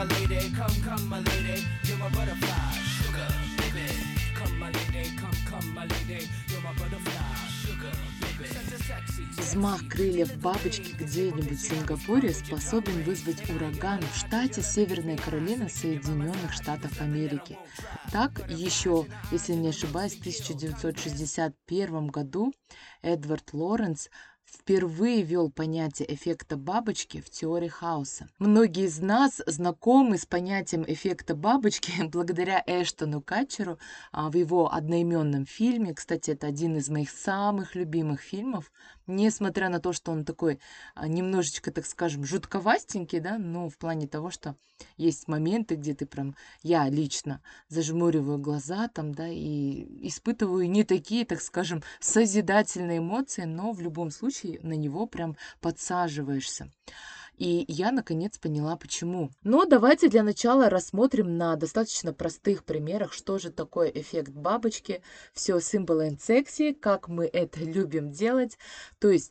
lady, come, my lady, you're my butterfly, sugar, baby. Come, my lady, come, my lady, you're my butterfly, sugar, baby. Such a sexy, Взмах крыльев бабочки где-нибудь в Сингапуре способен вызвать ураган в штате Северная Каролина Соединенных Штатов Америки. Так, еще, если не ошибаюсь, в 1961 году Эдвард Лоренс впервые ввел понятие эффекта бабочки в теории хаоса. Многие из нас знакомы с понятием эффекта бабочки благодаря Эштону Катчеру в его одноименном фильме. Кстати, это один из моих самых любимых фильмов. Несмотря на то, что он такой немножечко, так скажем, жутковастенький, да, но в плане того, что есть моменты, где ты прям, я лично зажмуриваю глаза там, да, и испытываю не такие, так скажем, созидательные эмоции, но в любом случае на него прям подсаживаешься. И я, наконец, поняла, почему. Но давайте для начала рассмотрим на достаточно простых примерах, что же такое эффект бабочки. Все simple and sexy, как мы это любим делать. То есть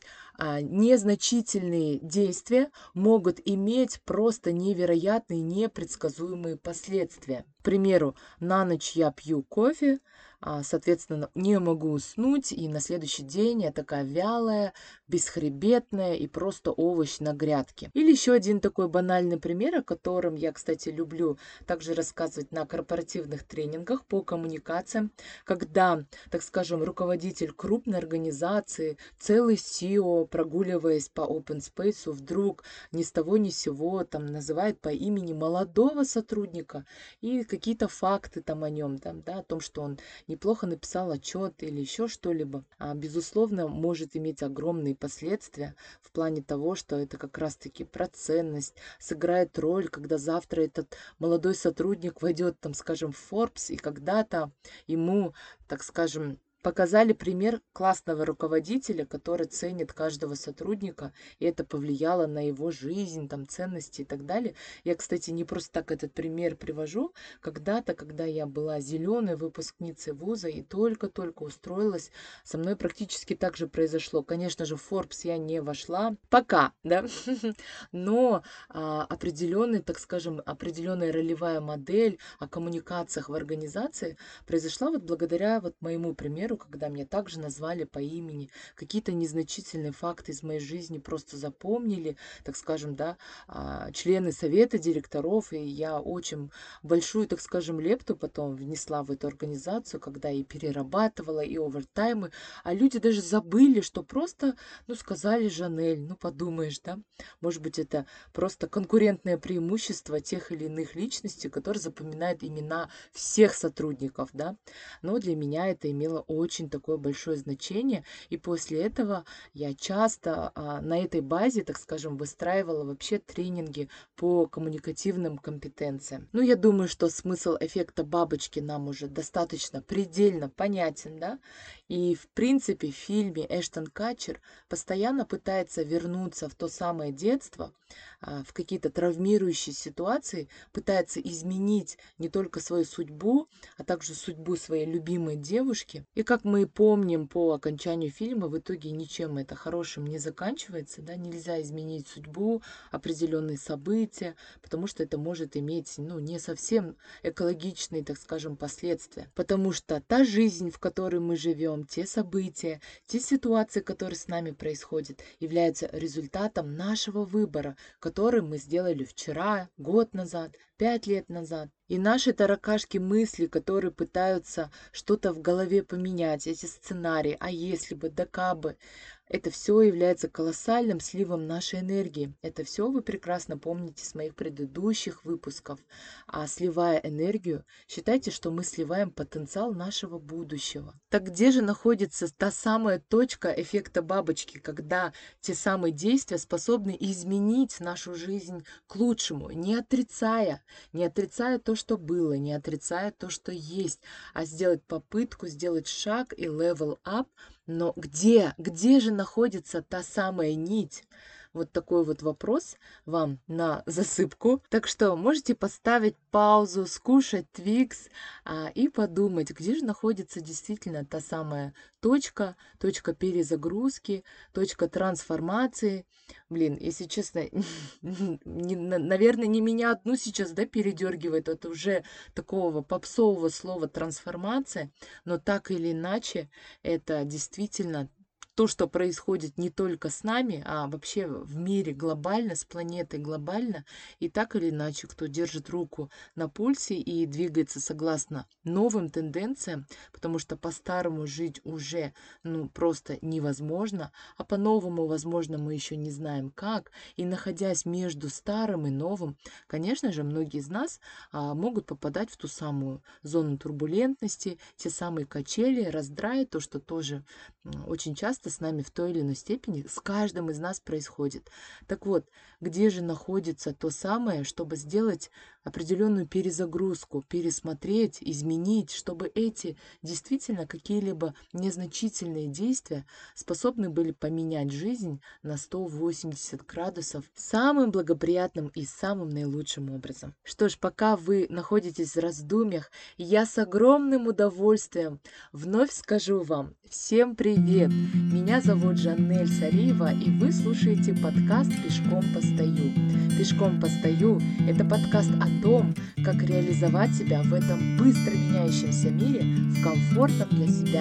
незначительные действия могут иметь просто невероятные, непредсказуемые последствия. К примеру, на ночь я пью кофе, соответственно, не могу уснуть, и на следующий день я такая вялая, бесхребетная и просто овощ на грядке. Или еще один такой банальный пример, о котором я, кстати, люблю также рассказывать на корпоративных тренингах по коммуникациям, когда, так скажем, руководитель крупной организации, целый CEO, прогуливаясь по open space, вдруг ни с того ни с сего там называет по имени молодого сотрудника и какие-то факты там о нем, там, да, о том, что он неплохо написал отчет или еще что-либо, безусловно, может иметь огромные последствия в плане того, что это как раз-таки про ценность, сыграет роль, когда завтра этот молодой сотрудник войдет, там, скажем, в Forbes, и когда-то ему, так скажем, показали пример классного руководителя, который ценит каждого сотрудника, и это повлияло на его жизнь, там, ценности и так далее. Я, кстати, не просто так этот пример привожу. Когда-то, когда я была зеленой выпускницей вуза и только-только устроилась, со мной практически так же произошло. Конечно же, в Forbes я не вошла. Пока, да? Но определенный, так скажем, определенная ролевая модель о коммуникациях в организации произошла вот благодаря вот моему примеру, когда меня также назвали по имени, какие-то незначительные факты из моей жизни просто запомнили, так скажем, да, члены совета директоров, и я очень большую, так скажем, лепту потом внесла в эту организацию, когда и перерабатывала, и овертаймы, а люди даже забыли, что просто, ну, сказали Жанель, ну, подумаешь, да, может быть, это просто конкурентное преимущество тех или иных личностей, которые запоминают имена всех сотрудников, да, но для меня это имело очень такое большое значение, и после этого я часто на этой базе, так скажем, выстраивала вообще тренинги по коммуникативным компетенциям. Ну, я думаю, что смысл эффекта бабочки нам уже достаточно предельно понятен, да, и в принципе в фильме Эштон Катчер постоянно пытается вернуться в то самое детство, в какие-то травмирующие ситуации, пытается изменить не только свою судьбу, а также судьбу своей любимой девушки. И как мы помним по окончанию фильма, в итоге ничем это хорошим не заканчивается, да, нельзя изменить судьбу, определенные события, потому что это может иметь, ну, не совсем экологичные, так скажем, последствия. Потому что та жизнь, в которой мы живем, те события, те ситуации, которые с нами происходят, являются результатом нашего выбора, который мы сделали вчера, год назад, 5 лет назад. И наши таракашки мысли, которые пытаются что-то в голове поменять, эти сценарии, а если бы, да кабы, это все является колоссальным сливом нашей энергии. Это все вы прекрасно помните с моих предыдущих выпусков. А сливая энергию, считайте, что мы сливаем потенциал нашего будущего. Так где же находится та самая точка эффекта бабочки, когда те самые действия способны изменить нашу жизнь к лучшему, не отрицая то, что было, не отрицая то, что есть, а сделать попытку, сделать шаг и level up. Но где же находится та самая нить, вот такой вот вопрос вам на засыпку. Так что можете поставить паузу, скушать Твикс и подумать, где же находится действительно та самая точка перезагрузки, точка трансформации. Блин, если честно, наверное, не меня одну сейчас, да, передергивает это уже такого попсового слова трансформация, но так или иначе это действительно то, что происходит не только с нами, а вообще в мире глобально, с планетой глобально. И так или иначе, кто держит руку на пульсе и двигается согласно новым тенденциям, потому что по-старому жить уже просто невозможно, а по-новому, возможно, мы еще не знаем как. И находясь между старым и новым, конечно же, многие из нас могут попадать в ту самую зону турбулентности, те самые качели, раздрай, то, что тоже очень часто с нами в той или иной степени, с каждым из нас происходит. Так вот, где же находится то самое, чтобы сделать определенную перезагрузку, пересмотреть, изменить, чтобы эти действительно какие-либо незначительные действия способны были поменять жизнь на 180 градусов самым благоприятным и самым наилучшим образом. Что ж, пока вы находитесь в раздумьях, я с огромным удовольствием вновь скажу вам всем привет! Меня зовут Жаннель Сариева, и вы слушаете подкаст «Пешком постою». «Пешком постою» — это подкаст о том, как реализовать себя в этом быстро меняющемся мире в комфортном для себя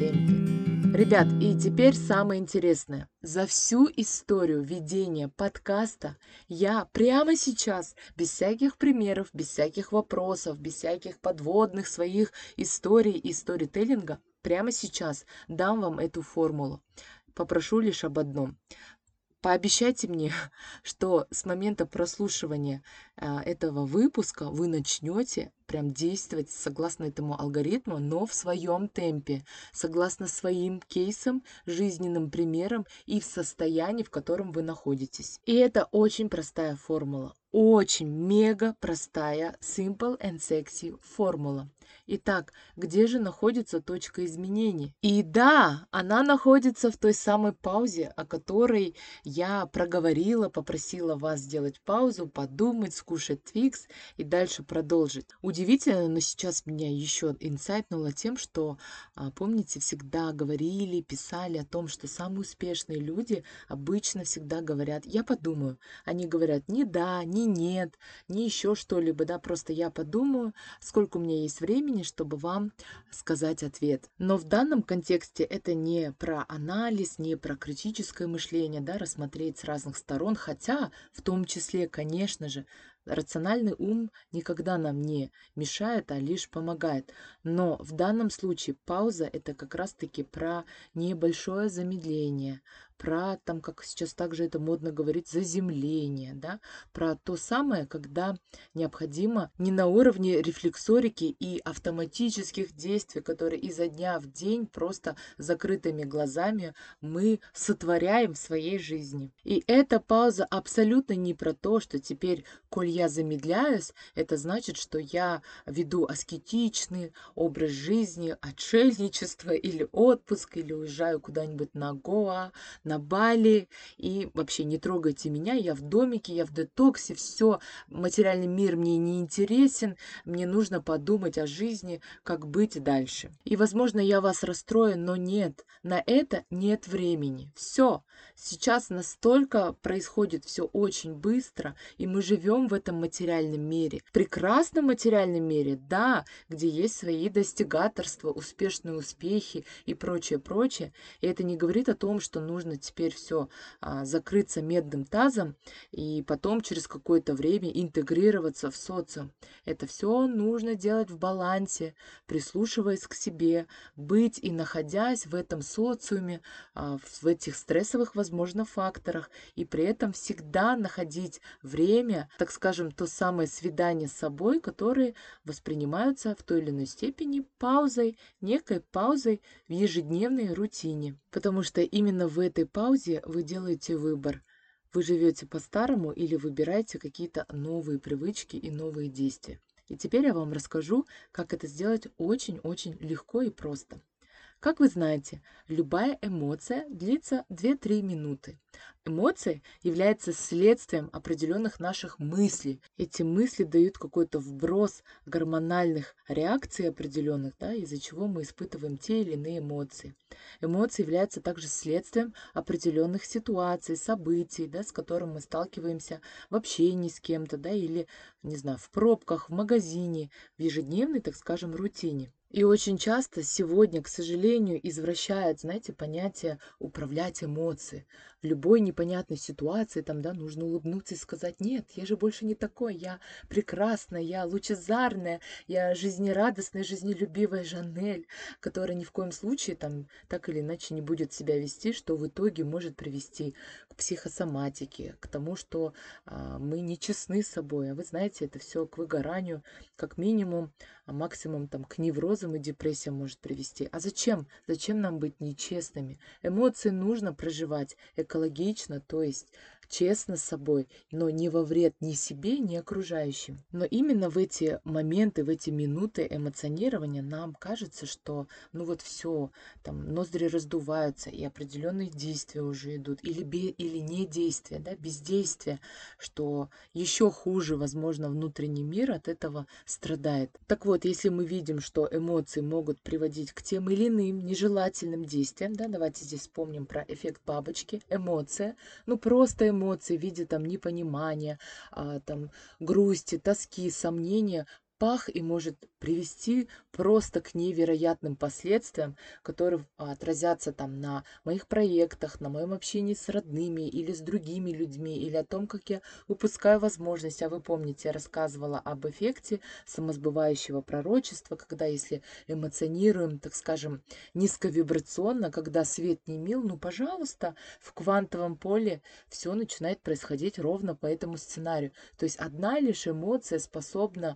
темпе. Ребят, и теперь самое интересное. За всю историю ведения подкаста я прямо сейчас, без всяких примеров, без всяких вопросов, без всяких подводных своих историй и сторителлинга, прямо сейчас дам вам эту формулу. Попрошу лишь об одном. Пообещайте мне, что с момента прослушивания этого выпуска вы начнете прям действовать согласно этому алгоритму, но в своем темпе, согласно своим кейсам, жизненным примерам и в состоянии, в котором вы находитесь. И это очень простая формула. Очень мега простая, simple and sexy формула. Итак, где же находится точка изменений? И да, она находится в той самой паузе, о которой я проговорила, попросила вас сделать паузу, подумать, скушать Твикс и дальше продолжить. Удивительно, но сейчас меня еще инсайтнуло тем, что, помните, всегда говорили, писали о том, что самые успешные люди обычно всегда говорят «я подумаю». Они говорят ни да, ни нет, ни еще что-либо, да, просто я подумаю, сколько у меня есть времени, чтобы вам сказать ответ. Но в данном контексте это не про анализ, не про критическое мышление, да, рассмотреть с разных сторон, хотя в том числе, конечно же, рациональный ум никогда нам не мешает, а лишь помогает. Но в данном случае пауза — это как раз-таки про небольшое замедление, про, там, как сейчас также это модно говорить, заземление, да, про то самое, когда необходимо не на уровне рефлексорики и автоматических действий, которые изо дня в день просто закрытыми глазами мы сотворяем в своей жизни. И эта пауза абсолютно не про то, что теперь, коль я замедляюсь, это значит, что я веду аскетичный образ жизни, отшельничество или отпуск, или уезжаю куда-нибудь на Гоа, на Бали, и вообще не трогайте меня, я в домике, я в детоксе, все, материальный мир мне не интересен, мне нужно подумать о жизни, как быть дальше. И, возможно, я вас расстрою, но нет, на это нет времени. Все, сейчас настолько происходит все очень быстро, и мы живем в этом материальном мире, в прекрасном материальном мире, да, где есть свои достигаторства, успешные успехи и прочее, прочее. И это не говорит о том, что нужно теперь все закрыться медным тазом и потом через какое-то время интегрироваться в социум. Это все нужно делать в балансе, прислушиваясь к себе, быть и находясь в этом социуме, в этих стрессовых, возможно, факторах, и при этом всегда находить время, так скажем, то самое свидание с собой, которые воспринимаются в той или иной степени паузой, некой паузой в ежедневной рутине. Потому что именно в этой паузе вы делаете выбор. Вы живете по-старому или выбираете какие-то новые привычки и новые действия. И теперь я вам расскажу, как это сделать очень-очень легко и просто. Как вы знаете, любая эмоция длится 2-3 минуты. Эмоция является следствием определенных наших мыслей. Эти мысли дают какой-то вброс гормональных реакций определенных, да, из-за чего мы испытываем те или иные эмоции. Эмоции являются также следствием определенных ситуаций, событий, да, с которыми мы сталкиваемся в общении с кем-то, да, или, не знаю, в пробках, в магазине, в ежедневной, так скажем, рутине. И очень часто сегодня, к сожалению, извращают, знаете, понятие управлять эмоциями. В любой непонятной ситуации там, да, нужно улыбнуться и сказать: нет, я же больше не такой, я прекрасная, я лучезарная, я жизнерадостная, жизнелюбивая Жанель, которая ни в коем случае там так или иначе не будет себя вести, что в итоге может привести к психосоматике, к тому, что мы нечестны с собой. А вы знаете, это все к выгоранию, как минимум, а максимум там к неврозам и депрессиям может привести. А зачем? Зачем нам быть нечестными? Эмоции нужно проживать экологично, то есть честно с собой, но не во вред ни себе, ни окружающим. Но именно в эти моменты, в эти минуты эмоционирования нам кажется, что ну вот все, там ноздри раздуваются, и определенные действия уже идут, или не действия, да, бездействие, что еще хуже, возможно, внутренний мир от этого страдает. Так вот, если мы видим, что эмоции могут приводить к тем или иным нежелательным действиям, да, давайте здесь вспомним про эффект бабочки. Эмоция, ну просто эмоции в виде там непонимания, там грусти, тоски, сомнения, пах и может привести просто к невероятным последствиям, которые отразятся там на моих проектах, на моем общении с родными или с другими людьми, или о том, как я упускаю возможность. А вы помните, я рассказывала об эффекте самосбывающего пророчества, когда если эмоционируем, так скажем, низковибрационно, когда свет не мил, ну, пожалуйста, в квантовом поле все начинает происходить ровно по этому сценарию. То есть одна лишь эмоция способна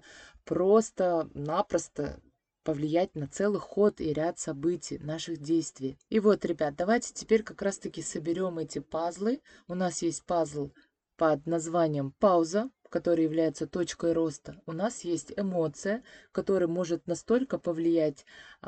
просто-напросто повлиять на целый ход и ряд событий, наших действий. И вот, ребят, давайте теперь как раз-таки соберем эти пазлы. У нас есть пазл под названием пауза, который является точкой роста. У нас есть эмоция, которая может настолько повлиять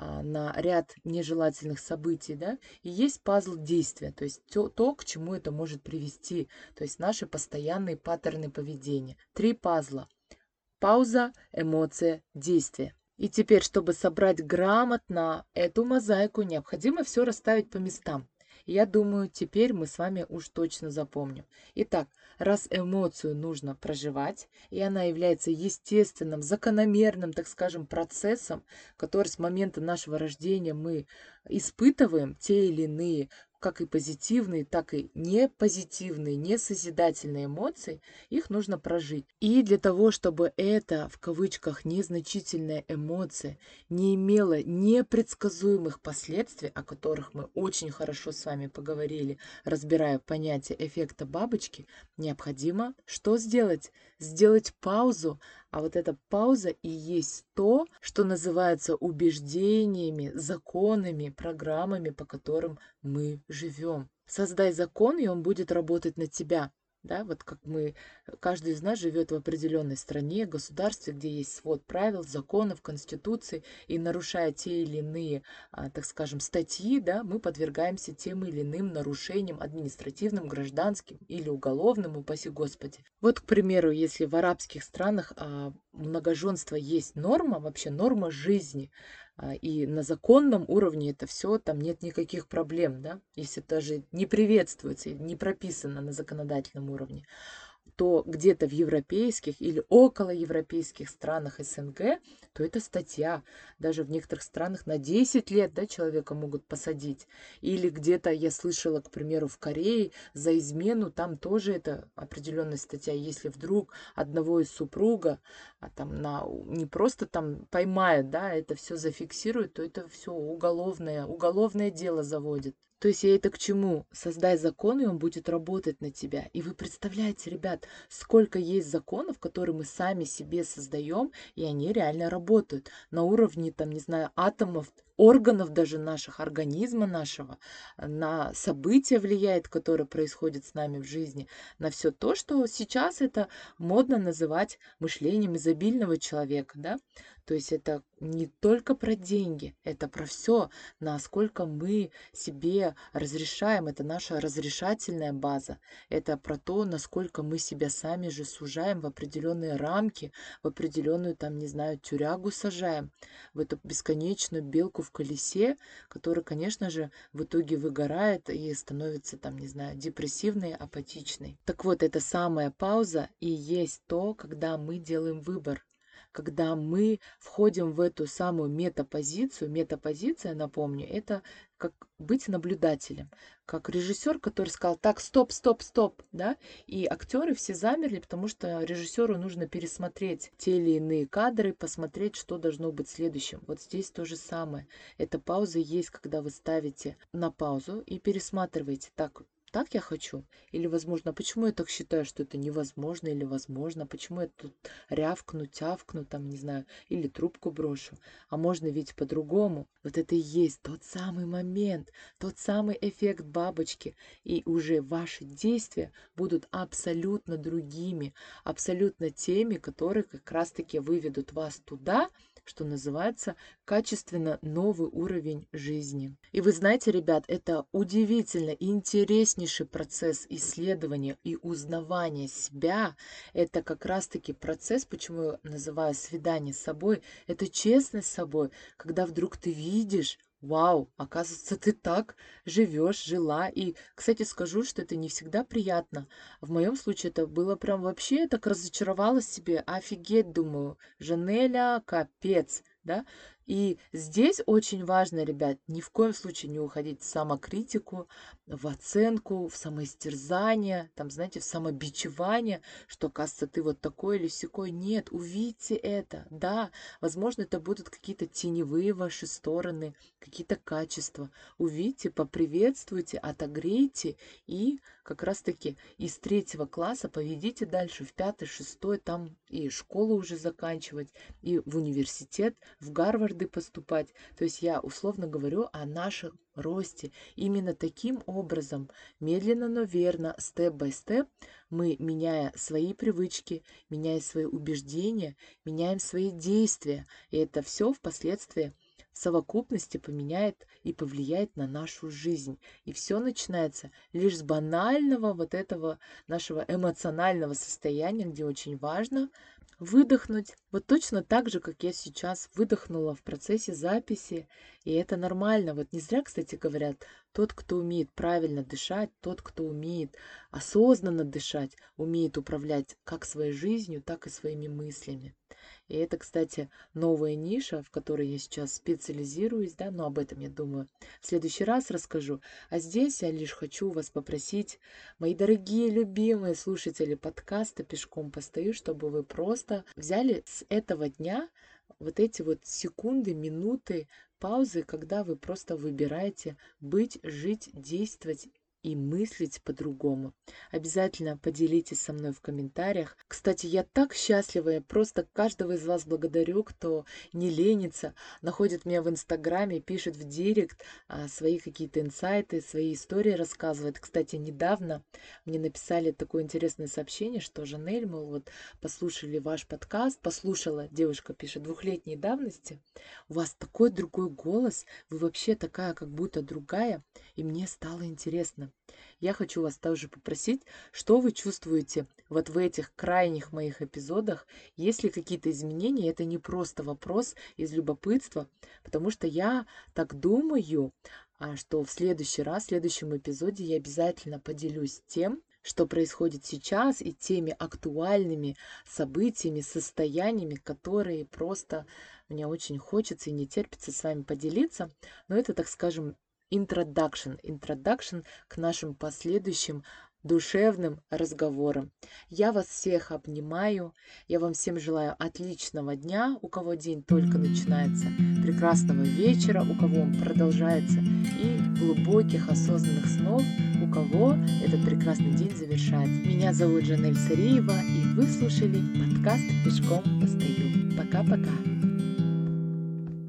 на ряд нежелательных событий, да, и есть пазл действия, то есть то, к чему это может привести, то есть наши постоянные паттерны поведения. 3 пазла. Пауза, эмоция, действие. И теперь, чтобы собрать грамотно эту мозаику, необходимо все расставить по местам. Я думаю, теперь мы с вами уж точно запомним. Итак, раз эмоцию нужно проживать, и она является естественным, закономерным, так скажем, процессом, который с момента нашего рождения мы испытываем те или иные, как и позитивные, так и не позитивные, не созидательные эмоции, их нужно прожить. И для того, чтобы эта, в кавычках, незначительная эмоция не имела непредсказуемых последствий, о которых мы очень хорошо с вами поговорили, разбирая понятие эффекта бабочки, необходимо что сделать? Сделать паузу. А вот эта пауза и есть то, что называется убеждениями, законами, программами, по которым мы живем. Создай закон, и он будет работать на тебя. Да, вот как каждый из нас живет в определенной стране, государстве, где есть свод правил, законов, конституции, и нарушая те или иные, так скажем, статьи, да, мы подвергаемся тем или иным нарушениям административным, гражданским или уголовным, упаси Господи. Вот, к примеру, если в арабских странах многоженство есть норма, вообще норма жизни, и на законном уровне это все, там нет никаких проблем, да, если даже не приветствуется, не прописано на законодательном уровне, то где-то в европейских или околоевропейских странах СНГ, то это статья. Даже в некоторых странах на 10 лет, да, человека могут посадить. Или где-то я слышала, к примеру, в Корее за измену, там тоже это определенная статья. Если вдруг одного из супруга не просто там поймают, да, это все зафиксируют, то это все уголовное дело заводит. То есть я это к чему? Создай закон, и он будет работать на тебя. И вы представляете, ребят, сколько есть законов, которые мы сами себе создаем, и они реально работают на уровне, там, не знаю, атомов, органов даже наших, организма нашего, на события влияет, которые происходят с нами в жизни, на все то, что сейчас это модно называть мышлением изобильного человека, да. То есть это не только про деньги, это про все, насколько мы себе разрешаем, это наша разрешательная база, это про то, насколько мы себя сами же сужаем в определенные рамки, в определенную, там, не знаю, тюрягу сажаем, в эту бесконечную белку в колесе, которая, конечно же, в итоге выгорает и становится, там, не знаю, депрессивной, апатичной. Так вот, эта самая пауза и есть то, когда мы делаем выбор, когда мы входим в эту самую метапозицию. Метапозиция, напомню, это как быть наблюдателем, как режиссер, который сказал: так, стоп, стоп, стоп, да, и актеры все замерли, потому что режиссеру нужно пересмотреть те или иные кадры, посмотреть, что должно быть следующим. Вот здесь то же самое. Эта пауза есть, когда вы ставите на паузу и пересматриваете: так я хочу? Или, возможно, почему я так считаю, что это невозможно или возможно? Почему я тут рявкну, тявкну, там, не знаю, или трубку брошу? А можно ведь по-другому. Вот это и есть тот самый момент, тот самый эффект бабочки. И уже ваши действия будут абсолютно другими, абсолютно теми, которые как раз-таки выведут вас туда, что называется, качественно новый уровень жизни. И вы знаете, ребят, это удивительно интереснейший процесс исследования и узнавания себя. Это как раз-таки процесс, почему я называю свидание с собой, это честность с собой, когда вдруг ты видишь: вау, оказывается, ты так живешь, жила. И, кстати, скажу, что это не всегда приятно. В моем случае это было прям вообще, я так разочаровалась в себе. Офигеть, думаю, Жанеля, капец, да. И здесь очень важно, ребят, ни в коем случае не уходить в самокритику, в оценку, в самоистерзание, там, знаете, в самобичевание, что, оказывается, ты вот такой или сякой. Нет, увидьте это. Да, возможно, это будут какие-то теневые ваши стороны, какие-то качества. Увидьте, поприветствуйте, отогрейте и как раз-таки из 3 класса поведите дальше в 5, 6, там и школу уже заканчивать, и в университет, в Гарварды поступать. То есть я условно говорю о нашем росте. Именно таким образом, медленно, но верно, степ-бай-степ, мы, меняя свои привычки, меняя свои убеждения, меняем свои действия. И это все впоследствии в совокупности поменяет и повлияет на нашу жизнь. И все начинается лишь с банального вот этого нашего эмоционального состояния, где очень важно выдохнуть. Вот точно так же, как я сейчас выдохнула в процессе записи. И это нормально. Вот не зря, кстати, говорят, тот, кто умеет правильно дышать, тот, кто умеет осознанно дышать, умеет управлять как своей жизнью, так и своими мыслями. И это, кстати, новая ниша, в которой я сейчас специализируюсь, да, но об этом, я думаю, в следующий раз расскажу. А здесь я лишь хочу вас попросить, мои дорогие, любимые слушатели подкаста «Пешком постою», чтобы вы просто взяли с этого дня вот эти вот секунды, минуты, паузы, когда вы просто выбираете быть, жить, действовать и мыслить по-другому. Обязательно поделитесь со мной в комментариях. Кстати, я так счастлива, я просто каждого из вас благодарю, кто не ленится, находит меня в Инстаграме, пишет в директ свои какие-то инсайты, свои истории рассказывает. Кстати, недавно мне написали такое интересное сообщение, что: Жанель, мол, вот послушали ваш подкаст, послушала, девушка пишет, 2-летней давности, у вас такой другой голос, вы вообще такая как будто другая, и мне стало интересно. Я хочу вас также попросить, что вы чувствуете вот в этих крайних моих эпизодах. Есть ли какие-то изменения? Это не просто вопрос из любопытства, потому что я так думаю, что в следующий раз, в следующем эпизоде я обязательно поделюсь тем, что происходит сейчас, и теми актуальными событиями, состояниями, которые просто мне очень хочется и не терпится с вами поделиться. Но это, так скажем, introduction к нашим последующим душевным разговорам. Я вас всех обнимаю. Я вам всем желаю отличного дня, у кого день только начинается, прекрасного вечера, у кого он продолжается, и глубоких осознанных снов, у кого этот прекрасный день завершается. Меня зовут Жанель Сариева, и вы слушали подкаст «Пешком постою». Пока-пока.